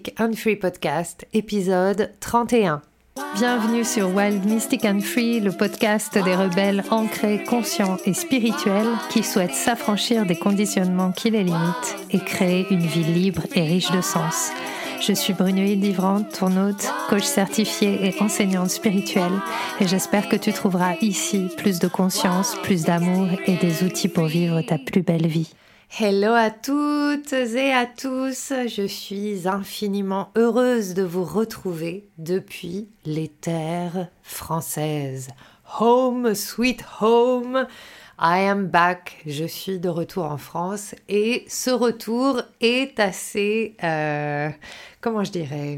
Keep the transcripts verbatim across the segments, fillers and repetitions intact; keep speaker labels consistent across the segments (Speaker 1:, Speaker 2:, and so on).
Speaker 1: Mystic and Free Podcast, épisode trente et un. Bienvenue sur Wild Mystic and Free, le podcast des rebelles ancrés, conscients et spirituels qui souhaitent s'affranchir des conditionnements qui les limitent et créer une vie libre et riche de sens. Je suis Brunoïde Livrante, ton hôte, coach certifiée et enseignante spirituelle, et j'espère que tu trouveras ici plus de conscience, plus d'amour et des outils pour vivre ta plus belle vie. Hello à toutes et à tous, je suis infiniment heureuse de vous retrouver depuis les terres françaises. Home, sweet home, I am back, je suis de retour en France et ce retour est assez, euh, comment je dirais,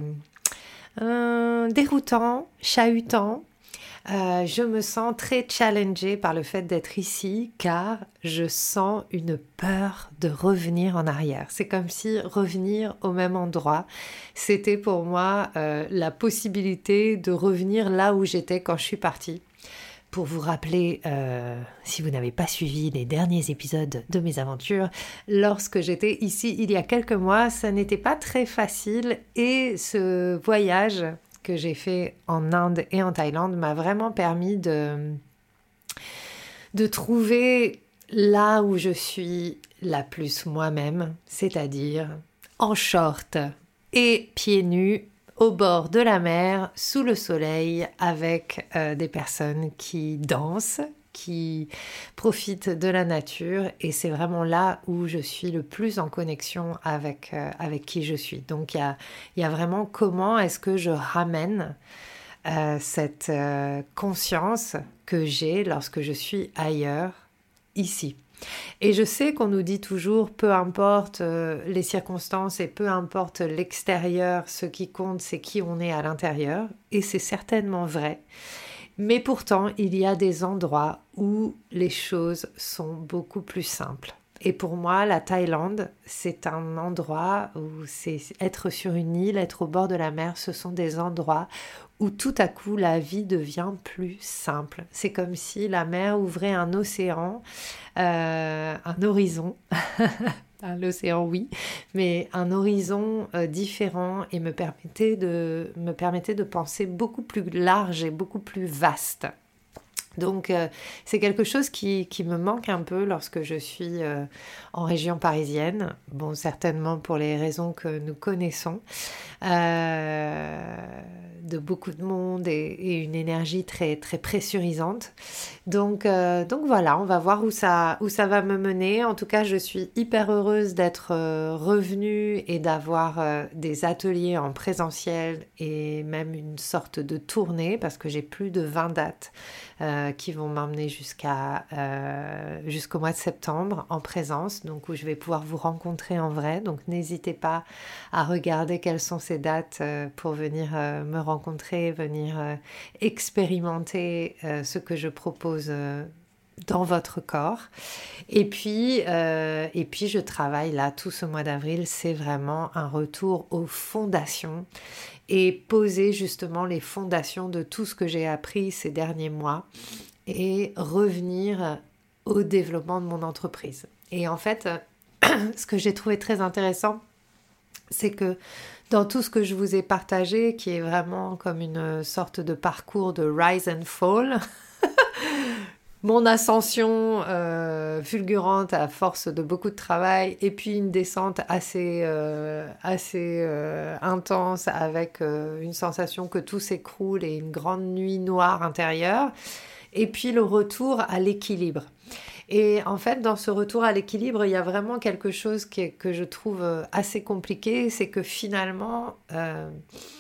Speaker 1: euh, déroutant, chahutant. Euh, je me sens très challengée par le fait d'être ici car je sens une peur de revenir en arrière. C'est comme si revenir au même endroit, c'était pour moi euh, la possibilité de revenir là où j'étais quand je suis partie. Pour vous rappeler, euh, si vous n'avez pas suivi les derniers épisodes de mes aventures, lorsque j'étais ici il y a quelques mois, ça n'était pas très facile et ce voyage que j'ai fait en Inde et en Thaïlande m'a vraiment permis de, de trouver là où je suis la plus moi-même, c'est-à-dire en short et pieds nus au bord de la mer, sous le soleil, avec euh, des personnes qui dansent, qui profitent de la nature, et c'est vraiment là où je suis le plus en connexion avec, euh, avec qui je suis. Donc il y a, y a vraiment comment est-ce que je ramène euh, cette euh, conscience que j'ai lorsque je suis ailleurs, ici. Et je sais qu'on nous dit toujours, peu importe euh, les circonstances et peu importe l'extérieur, ce qui compte, c'est qui on est à l'intérieur. Et c'est certainement vrai. Mais pourtant, il y a des endroits où les choses sont beaucoup plus simples. Et pour moi, la Thaïlande, c'est un endroit où c'est être sur une île, être au bord de la mer, ce sont des endroits où tout à coup la vie devient plus simple. C'est comme si la mer ouvrait un océan, euh, un horizon, l'océan oui, mais un horizon euh, différent et me permettait de, me permettait de penser beaucoup plus large et beaucoup plus vaste. Donc euh, c'est quelque chose qui, qui me manque un peu lorsque je suis euh, en région parisienne. Bon, certainement pour les raisons que nous connaissons, euh, de beaucoup de monde et, et une énergie très, très pressurisante. Donc, euh, donc voilà, on va voir où ça, où ça va me mener. En tout cas, je suis hyper heureuse d'être euh, revenue et d'avoir euh, des ateliers en présentiel et même une sorte de tournée parce que j'ai plus de vingt dates euh, qui vont m'emmener jusqu'à, euh, jusqu'au mois de septembre en présence, donc où je vais pouvoir vous rencontrer en vrai. Donc n'hésitez pas à regarder quelles sont ces dates euh, pour venir euh, me rencontrer, venir euh, expérimenter euh, ce que je propose euh, dans votre corps. Et puis, euh, et puis je travaille là tout ce mois d'avril, c'est vraiment un retour aux fondations et poser justement les fondations de tout ce que j'ai appris ces derniers mois et revenir au développement de mon entreprise. Et en fait, ce que j'ai trouvé très intéressant, c'est que dans tout ce que je vous ai partagé, qui est vraiment comme une sorte de parcours de rise and fall, mon ascension euh, fulgurante à force de beaucoup de travail et puis une descente assez, euh, assez euh, intense avec euh, une sensation que tout s'écroule et une grande nuit noire intérieure et puis le retour à l'équilibre. Et en fait, dans ce retour à l'équilibre, il y a vraiment quelque chose qui est, que je trouve assez compliqué, c'est que finalement, euh,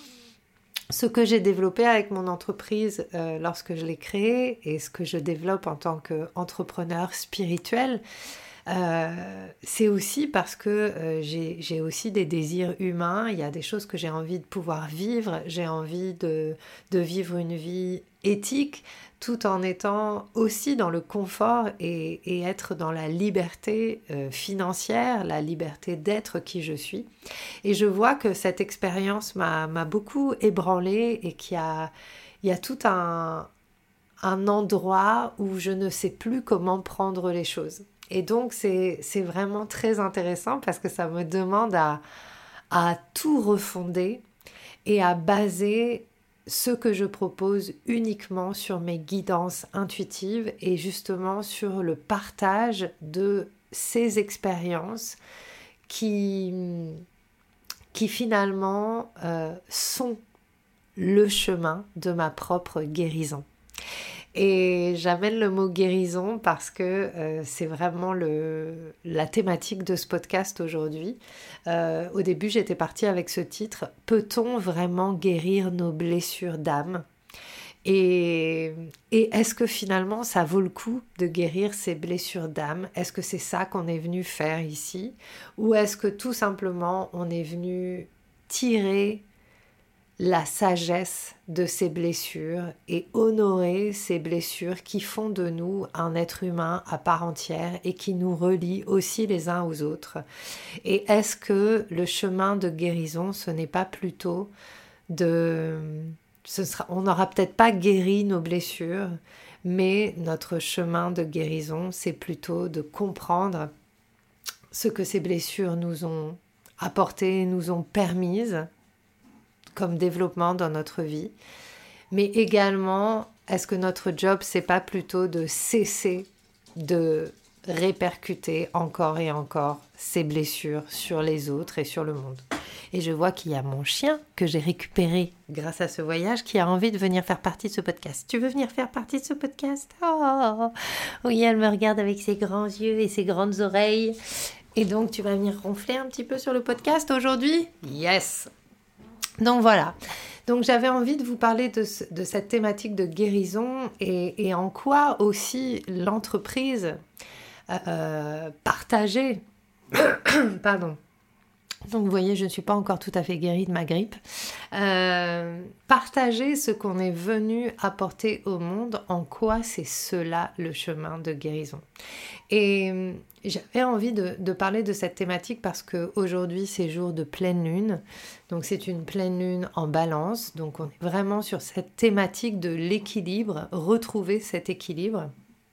Speaker 1: ce que j'ai développé avec mon entreprise euh, lorsque je l'ai créée et ce que je développe en tant qu'entrepreneur spirituel, euh, c'est aussi parce que euh, j'ai, j'ai aussi des désirs humains, il y a des choses que j'ai envie de pouvoir vivre, j'ai envie de, de vivre une vie éthique, tout en étant aussi dans le confort et, et être dans la liberté euh, financière, la liberté d'être qui je suis. Et je vois que cette expérience m'a, m'a beaucoup ébranlée et qu'il y a, il y a tout un, un endroit où je ne sais plus comment prendre les choses. Et donc, c'est, c'est vraiment très intéressant parce que ça me demande à, à tout refonder et à baser ce que je propose uniquement sur mes guidances intuitives et justement sur le partage de ces expériences qui, qui finalement euh, sont le chemin de ma propre guérison. Et j'amène le mot guérison parce que euh, c'est vraiment le, la thématique de ce podcast aujourd'hui. Euh, au début, j'étais partie avec ce titre « Peut-on vraiment guérir nos blessures d'âme ?» Et, et est-ce que finalement ça vaut le coup de guérir ces blessures d'âme ? Est-ce que c'est ça qu'on est venu faire ici ? Ou est-ce que tout simplement on est venu tirer la sagesse de ces blessures et honorer ces blessures qui font de nous un être humain à part entière et qui nous relient aussi les uns aux autres. Et est-ce que le chemin de guérison, ce n'est pas plutôt de... Ce sera... On n'aura peut-être pas guéri nos blessures, mais notre chemin de guérison, c'est plutôt de comprendre ce que ces blessures nous ont apporté, nous ont permises, comme développement dans notre vie, mais également, est-ce que notre job, c'est pas plutôt de cesser de répercuter encore et encore ces blessures sur les autres et sur le monde. Et je vois qu'il y a mon chien que j'ai récupéré grâce à ce voyage qui a envie de venir faire partie de ce podcast. Tu veux venir faire partie de ce podcast ? Oh, oui, elle me regarde avec ses grands yeux et ses grandes oreilles. Et donc, tu vas venir ronfler un petit peu sur le podcast aujourd'hui ? Yes ! Donc voilà, donc j'avais envie de vous parler de, ce, de cette thématique de guérison et, et en quoi aussi l'entreprise euh, partagée, pardon, donc vous voyez je ne suis pas encore tout à fait guérie de ma grippe, euh, partager ce qu'on est venu apporter au monde, en quoi c'est cela le chemin de guérison. Et j'avais envie de, de parler de cette thématique parce qu'aujourd'hui c'est jour de pleine lune, donc c'est une pleine lune en balance, donc on est vraiment sur cette thématique de l'équilibre, retrouver cet équilibre.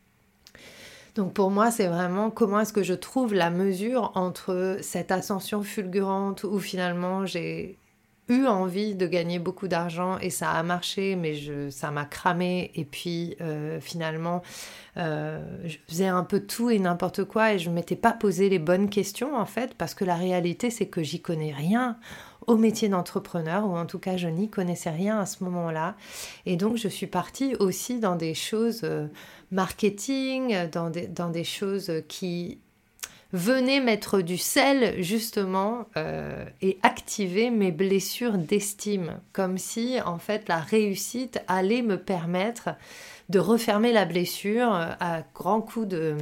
Speaker 1: Donc pour moi c'est vraiment comment est-ce que je trouve la mesure entre cette ascension fulgurante où finalement j'ai eu envie de gagner beaucoup d'argent et ça a marché mais je, ça m'a cramé et puis euh, finalement euh, je faisais un peu tout et n'importe quoi et je ne m'étais pas posé les bonnes questions en fait parce que la réalité c'est que j'y connais rien au métier d'entrepreneur ou en tout cas je n'y connaissais rien à ce moment-là et donc je suis partie aussi dans des choses euh, marketing, dans des, dans des choses qui venaient mettre du sel justement euh, et activer mes blessures d'estime, comme si en fait la réussite allait me permettre de refermer la blessure à grands coups de,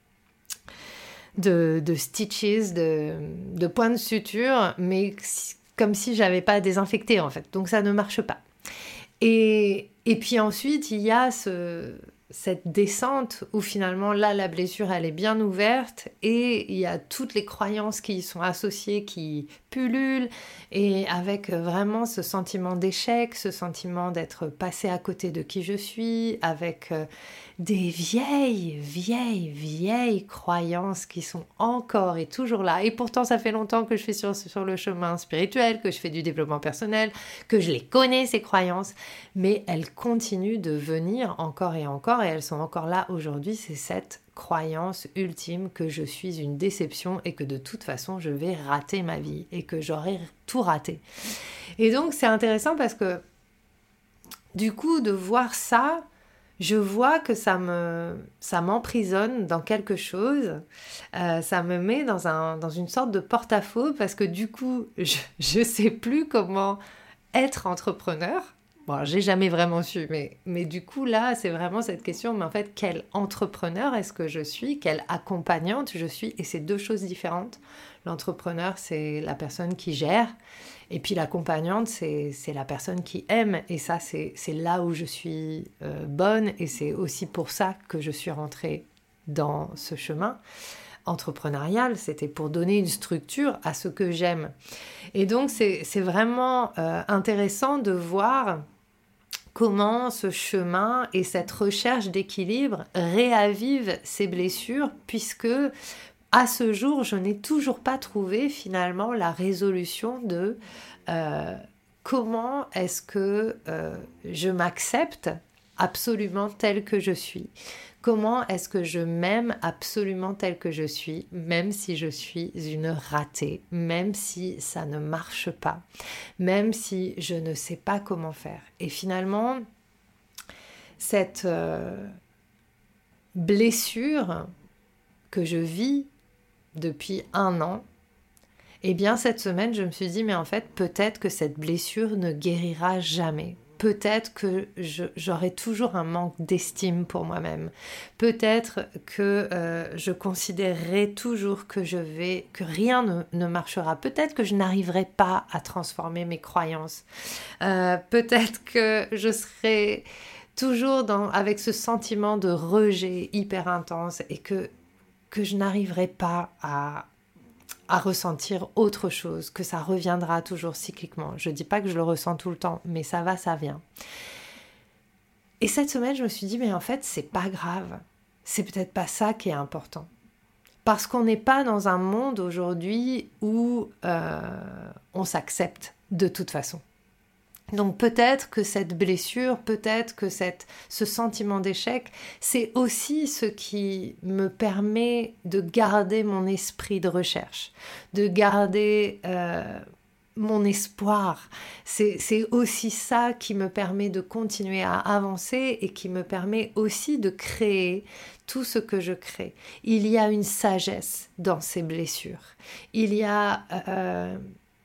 Speaker 1: de, de stitches, de, de points de suture, mais comme si j'avais pas désinfecté en fait, donc ça ne marche pas. Et, et puis ensuite il y a ce... cette descente où finalement là la blessure elle est bien ouverte et il y a toutes les croyances qui y sont associées qui pullulent et avec vraiment ce sentiment d'échec, ce sentiment d'être passé à côté de qui je suis, avec des vieilles, vieilles, vieilles croyances qui sont encore et toujours là et pourtant ça fait longtemps que je fais sur, sur le chemin spirituel, que je fais du développement personnel, que je les connais ces croyances, mais elles continuent de venir encore et encore et elles sont encore là aujourd'hui, c'est cette croyance ultime que je suis une déception et que de toute façon je vais rater ma vie et que j'aurai tout raté. Et donc c'est intéressant parce que du coup de voir ça, je vois que ça me, ça m'emprisonne dans quelque chose, euh, ça me met dans, un, dans une sorte de porte-à-faux parce que du coup je ne sais plus comment être entrepreneur. Bon, j'ai jamais vraiment su, mais, mais du coup, là, c'est vraiment cette question, mais en fait, quel entrepreneur est-ce que je suis ? Quelle accompagnante je suis ? Et c'est deux choses différentes. L'entrepreneur, c'est la personne qui gère, et puis l'accompagnante, c'est, c'est la personne qui aime. Et ça, c'est, c'est là où je suis euh, bonne, et c'est aussi pour ça que je suis rentrée dans ce chemin entrepreneurial, c'était pour donner une structure à ce que j'aime. Et donc, c'est, c'est vraiment euh, intéressant de voir comment ce chemin et cette recherche d'équilibre réavivent ces blessures, puisque à ce jour, je n'ai toujours pas trouvé finalement la résolution de euh, comment est-ce que euh, je m'accepte absolument telle que je suis. Comment est-ce que je m'aime absolument telle que je suis, même si je suis une ratée, même si ça ne marche pas, même si je ne sais pas comment faire. Et finalement, cette euh, blessure que je vis depuis un an, eh bien cette semaine, je me suis dit, mais en fait, peut-être que cette blessure ne guérira jamais. Peut-être que je, j'aurai toujours un manque d'estime pour moi-même. Peut-être que euh, je considérerai toujours que je vais, que rien ne, ne marchera. Peut-être que je n'arriverai pas à transformer mes croyances. Euh, peut-être que je serai toujours dans, avec ce sentiment de rejet hyper intense et que, que je n'arriverai pas à à ressentir autre chose, que ça reviendra toujours cycliquement. Je ne dis pas que je le ressens tout le temps, mais ça va, ça vient. Et cette semaine, je me suis dit, mais en fait, c'est pas grave. C'est peut-être pas ça qui est important. Parce qu'on n'est pas dans un monde aujourd'hui où euh, on s'accepte de toute façon. Donc peut-être que cette blessure, peut-être que cette, ce sentiment d'échec, c'est aussi ce qui me permet de garder mon esprit de recherche, de garder euh, mon espoir. C'est, c'est aussi ça qui me permet de continuer à avancer et qui me permet aussi de créer tout ce que je crée. Il y a une sagesse dans ces blessures. Il y a... Euh,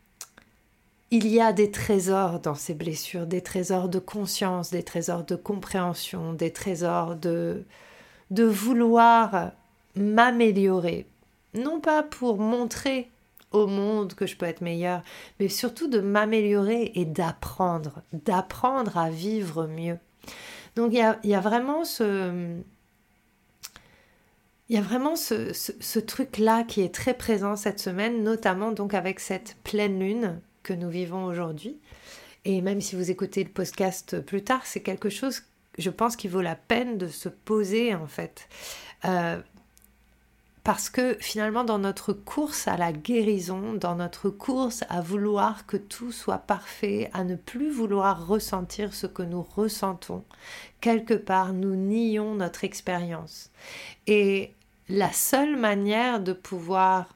Speaker 1: Il y a des trésors dans ces blessures, des trésors de conscience, des trésors de compréhension, des trésors de, de vouloir m'améliorer. Non pas pour montrer au monde que je peux être meilleure, mais surtout de m'améliorer et d'apprendre, d'apprendre à vivre mieux. Donc il y a, il y a vraiment ce... Il y a vraiment ce, ce, ce truc-là qui est très présent cette semaine, notamment donc avec cette pleine lune que nous vivons aujourd'hui. Et même si vous écoutez le podcast plus tard, c'est quelque chose, je pense, qui vaut la peine de se poser en fait. Euh, parce que finalement, dans notre course à la guérison, dans notre course à vouloir que tout soit parfait, à ne plus vouloir ressentir ce que nous ressentons, quelque part, nous nions notre expérience. Et la seule manière de pouvoir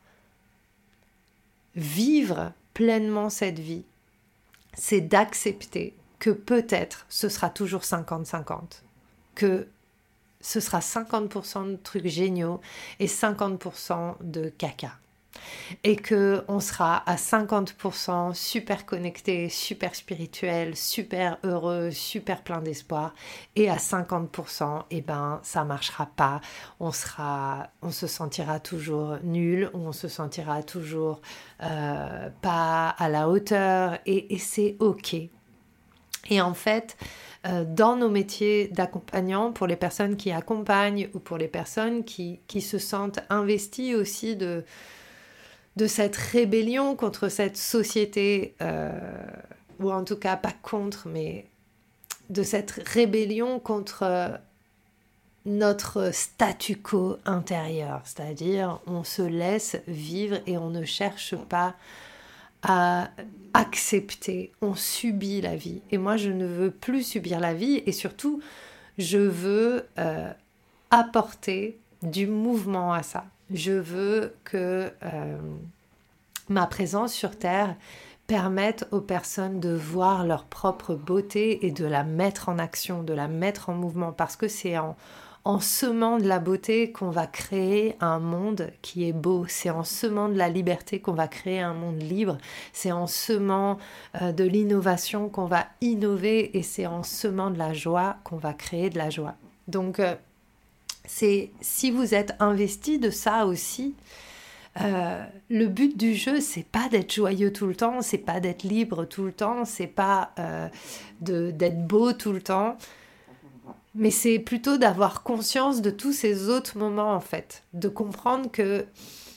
Speaker 1: vivre pleinement cette vie, c'est d'accepter que peut-être ce sera toujours cinquante cinquante, que ce sera cinquante pour cent de trucs géniaux et cinquante pour cent de caca. Et qu'on sera à cinquante pour cent super connecté, super spirituel, super heureux, super plein d'espoir. Et à cinquante pour cent, eh ben, ça marchera pas. On sera, on se sentira toujours nul, on se sentira toujours euh, pas à la hauteur. Et, et c'est OK. Et en fait, euh, dans nos métiers d'accompagnants, pour les personnes qui accompagnent ou pour les personnes qui, qui se sentent investies aussi de... de cette rébellion contre cette société, euh, ou en tout cas pas contre, mais de cette rébellion contre notre statu quo intérieur, c'est-à-dire on se laisse vivre et on ne cherche pas à accepter, on subit la vie. Et moi, je ne veux plus subir la vie et surtout, je veux euh, apporter du mouvement à ça. Je veux que euh, ma présence sur Terre permette aux personnes de voir leur propre beauté et de la mettre en action, de la mettre en mouvement, parce que c'est en, en semant de la beauté qu'on va créer un monde qui est beau. C'est en semant de la liberté qu'on va créer un monde libre. C'est en semant euh, de l'innovation qu'on va innover et c'est en semant de la joie qu'on va créer de la joie. Donc, euh, c'est, si vous êtes investi de ça aussi, euh, le but du jeu, c'est pas d'être joyeux tout le temps, c'est pas d'être libre tout le temps, c'est pas euh, de, d'être beau tout le temps, mais c'est plutôt d'avoir conscience de tous ces autres moments en fait, de comprendre que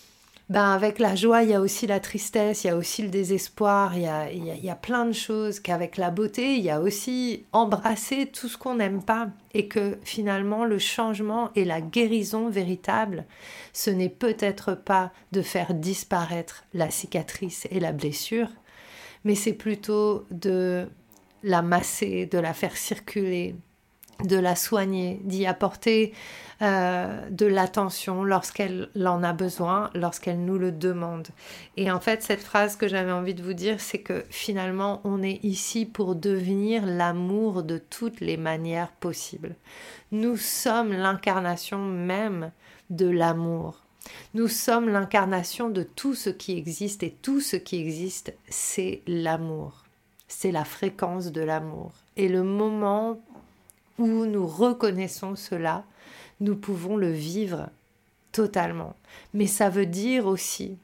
Speaker 1: ben avec la joie, il y a aussi la tristesse, il y a aussi le désespoir, il y a, il y a, il y a plein de choses, qu'avec la beauté, il y a aussi embrasser tout ce qu'on n'aime pas, et que finalement le changement et la guérison véritable, ce n'est peut-être pas de faire disparaître la cicatrice et la blessure, mais c'est plutôt de la masser, de la faire circuler, de la soigner, d'y apporter euh, de l'attention lorsqu'elle en a besoin, lorsqu'elle nous le demande. Et en fait, cette phrase que j'avais envie de vous dire, c'est que finalement, on est ici pour devenir l'amour de toutes les manières possibles. Nous sommes l'incarnation même de l'amour. Nous sommes l'incarnation de tout ce qui existe, et tout ce qui existe, c'est l'amour. C'est la fréquence de l'amour. Et le moment où nous reconnaissons cela, nous pouvons le vivre totalement. Mais ça veut dire aussi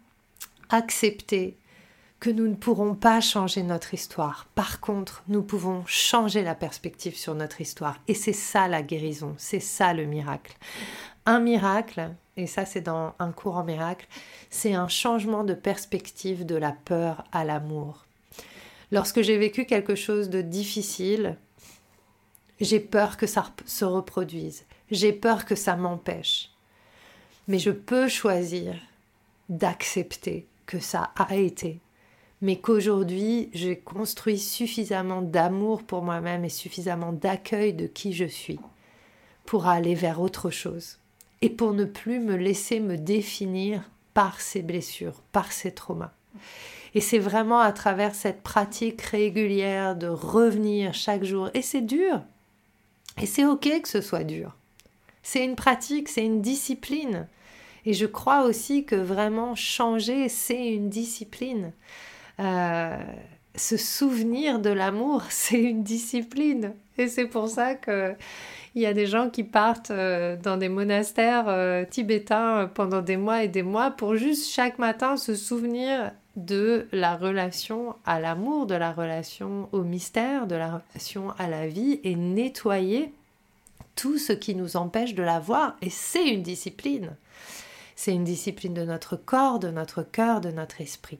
Speaker 1: accepter que nous ne pourrons pas changer notre histoire. Par contre, nous pouvons changer la perspective sur notre histoire. Et c'est ça la guérison, c'est ça le miracle. Un miracle, et ça c'est dans un cours en miracle, c'est un changement de perspective de la peur à l'amour. Lorsque j'ai vécu quelque chose de difficile, j'ai peur que ça se reproduise. J'ai peur que ça m'empêche. Mais je peux choisir d'accepter que ça a été. Mais qu'aujourd'hui, j'ai construit suffisamment d'amour pour moi-même et suffisamment d'accueil de qui je suis pour aller vers autre chose. Et pour ne plus me laisser me définir par ces blessures, par ces traumas. Et c'est vraiment à travers cette pratique régulière de revenir chaque jour. Et c'est dur. Et c'est ok que ce soit dur. C'est une pratique, c'est une discipline. Et je crois aussi que vraiment changer, c'est une discipline. Euh, se souvenir de l'amour, c'est une discipline. Et c'est pour ça qu'il y a des gens qui partent dans des monastères euh, tibétains pendant des mois et des mois pour juste chaque matin se souvenir de la relation à l'amour, de la relation au mystère, de la relation à la vie, et nettoyer tout ce qui nous empêche de la voir. Et c'est une discipline. C'est une discipline de notre corps, de notre cœur, de notre esprit.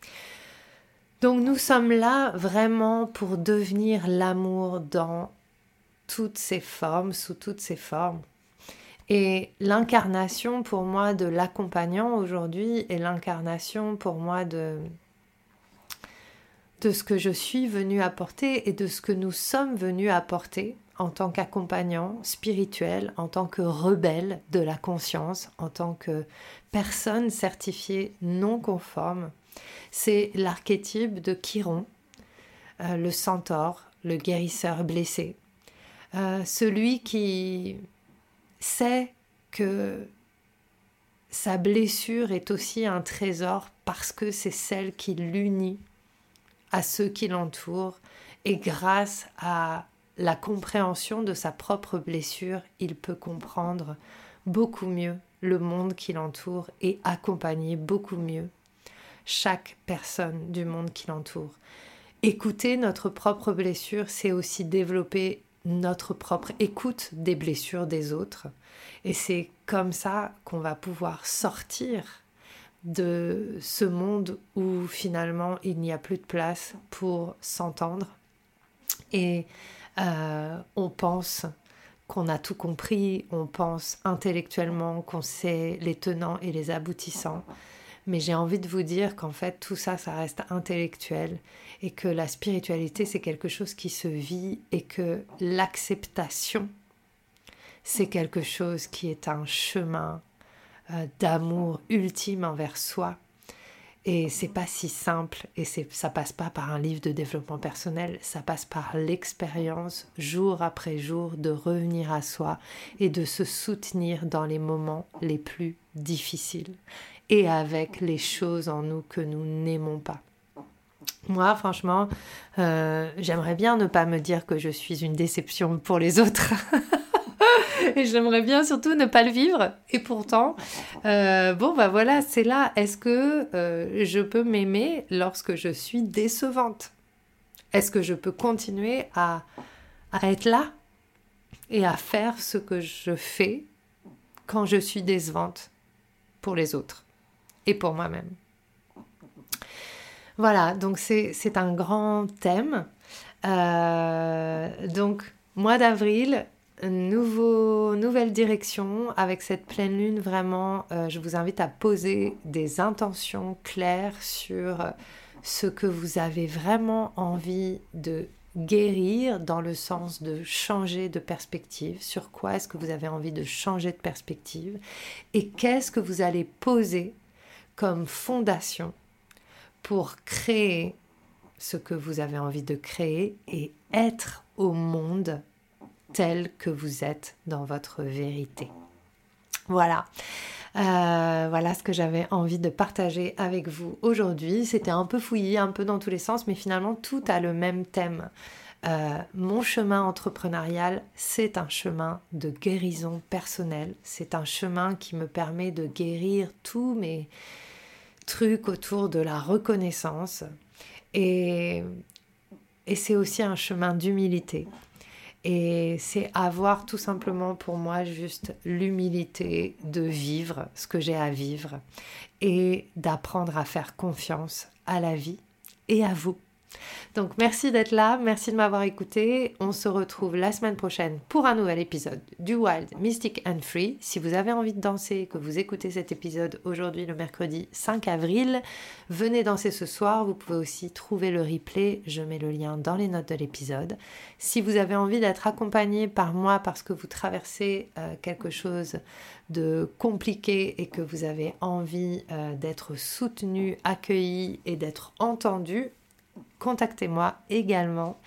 Speaker 1: Donc nous sommes là vraiment pour devenir l'amour dans toutes ses formes, sous toutes ses formes. Et l'incarnation pour moi de l'accompagnant aujourd'hui est l'incarnation pour moi de, de ce que je suis venue apporter et de ce que nous sommes venus apporter en tant qu'accompagnant spirituel, en tant que rebelle de la conscience, en tant que personne certifiée non conforme. C'est l'archétype de Chiron, euh, le centaure, le guérisseur blessé, euh, celui qui sait que sa blessure est aussi un trésor parce que c'est celle qui l'unit à ceux qui l'entourent, et grâce à la compréhension de sa propre blessure, il peut comprendre beaucoup mieux le monde qui l'entoure et accompagner beaucoup mieux chaque personne du monde qui l'entoure. Écouter notre propre blessure, c'est aussi développer notre propre écoute des blessures des autres. Et c'est comme ça qu'on va pouvoir sortir de ce monde où finalement il n'y a plus de place pour s'entendre. Et euh, on pense qu'on a tout compris, on pense intellectuellement qu'on sait les tenants et les aboutissants. Mais j'ai envie de vous dire qu'en fait, tout ça, ça reste intellectuel, et que la spiritualité, c'est quelque chose qui se vit, et que l'acceptation, c'est quelque chose qui est un chemin euh, d'amour ultime envers soi. Et c'est pas si simple, et c'est, ça passe pas par un livre de développement personnel, ça passe par l'expérience, jour après jour, de revenir à soi et de se soutenir dans les moments les plus difficiles, et avec les choses en nous que nous n'aimons pas. Moi, franchement, euh, j'aimerais bien ne pas me dire que je suis une déception pour les autres. Et j'aimerais bien surtout ne pas le vivre. Et pourtant, euh, bon, bah voilà, c'est là. Est-ce que euh, je peux m'aimer lorsque je suis décevante ? Est-ce que je peux continuer à, à être là et à faire ce que je fais quand je suis décevante pour les autres ? et pour moi-même. Voilà, donc c'est, c'est un grand thème. Euh, donc, mois d'avril, nouveau, nouvelle direction avec cette pleine lune. Vraiment, euh, je vous invite à poser des intentions claires sur ce que vous avez vraiment envie de guérir, dans le sens de changer de perspective. Sur quoi est-ce que vous avez envie de changer de perspective et qu'est-ce que vous allez poser comme fondation pour créer ce que vous avez envie de créer et être au monde tel que vous êtes dans votre vérité. Voilà. Euh, voilà ce que j'avais envie de partager avec vous aujourd'hui. C'était un peu fouillis, un peu dans tous les sens, mais finalement tout a le même thème. Euh, mon chemin entrepreneurial, c'est un chemin de guérison personnelle. C'est un chemin qui me permet de guérir tous mes trucs autour de la reconnaissance. Et, et c'est aussi un chemin d'humilité. Et c'est avoir tout simplement pour moi juste l'humilité de vivre ce que j'ai à vivre et d'apprendre à faire confiance à la vie et à vous. Donc merci d'être là, merci de m'avoir écouté. On se retrouve la semaine prochaine pour un nouvel épisode du Wild, Mystic and Free. Si vous avez envie de danser, que vous écoutez cet épisode aujourd'hui le mercredi cinq avril, venez danser ce soir. Vous pouvez aussi trouver le replay, je mets le lien dans les notes de l'épisode. Si vous avez envie d'être accompagné par moi parce que vous traversez euh, quelque chose de compliqué et que vous avez envie euh, d'être soutenu, accueilli et d'être entendu, contactez-moi également.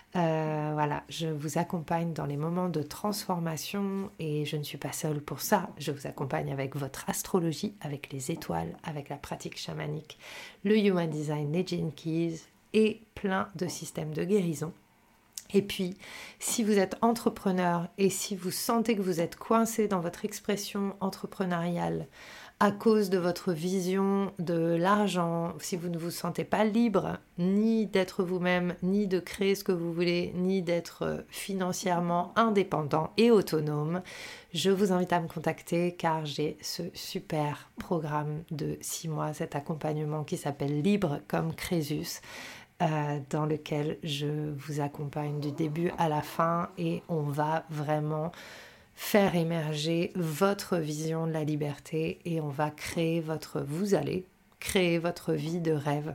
Speaker 1: Euh, voilà, je vous accompagne dans les moments de transformation et je ne suis pas seule pour ça. Je vous accompagne avec votre astrologie, avec les étoiles, avec la pratique chamanique, le Human Design, les Gene Keys et plein de systèmes de guérison. Et puis, si vous êtes entrepreneur et si vous sentez que vous êtes coincé dans votre expression entrepreneuriale à cause de votre vision de l'argent, si vous ne vous sentez pas libre ni d'être vous-même, ni de créer ce que vous voulez, ni d'être financièrement indépendant et autonome, je vous invite à me contacter car j'ai ce super programme de six mois, cet accompagnement qui s'appelle Libre comme Crésus, euh, dans lequel je vous accompagne du début à la fin et on va vraiment faire émerger votre vision de la liberté et on va créer votre, vous allez créer votre vie de rêve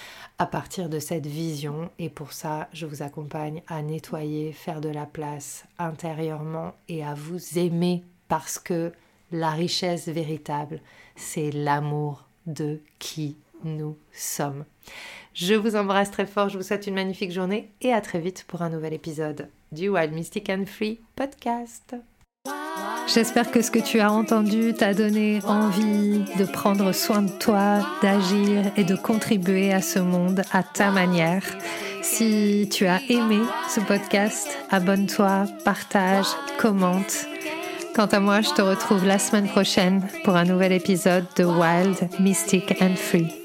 Speaker 1: à partir de cette vision. Et pour ça, je vous accompagne à nettoyer, faire de la place intérieurement et à vous aimer parce que la richesse véritable, c'est l'amour de qui nous sommes. Je vous embrasse très fort, je vous souhaite une magnifique journée et à très vite pour un nouvel épisode du Wild, Mystic and Free podcast. J'espère que ce que tu as entendu t'a donné envie de prendre soin de toi, d'agir et de contribuer à ce monde à ta manière. Si tu as aimé ce podcast, abonne-toi, partage, commente. Quant à moi, je te retrouve la semaine prochaine pour un nouvel épisode de Wild, Mystic and Free.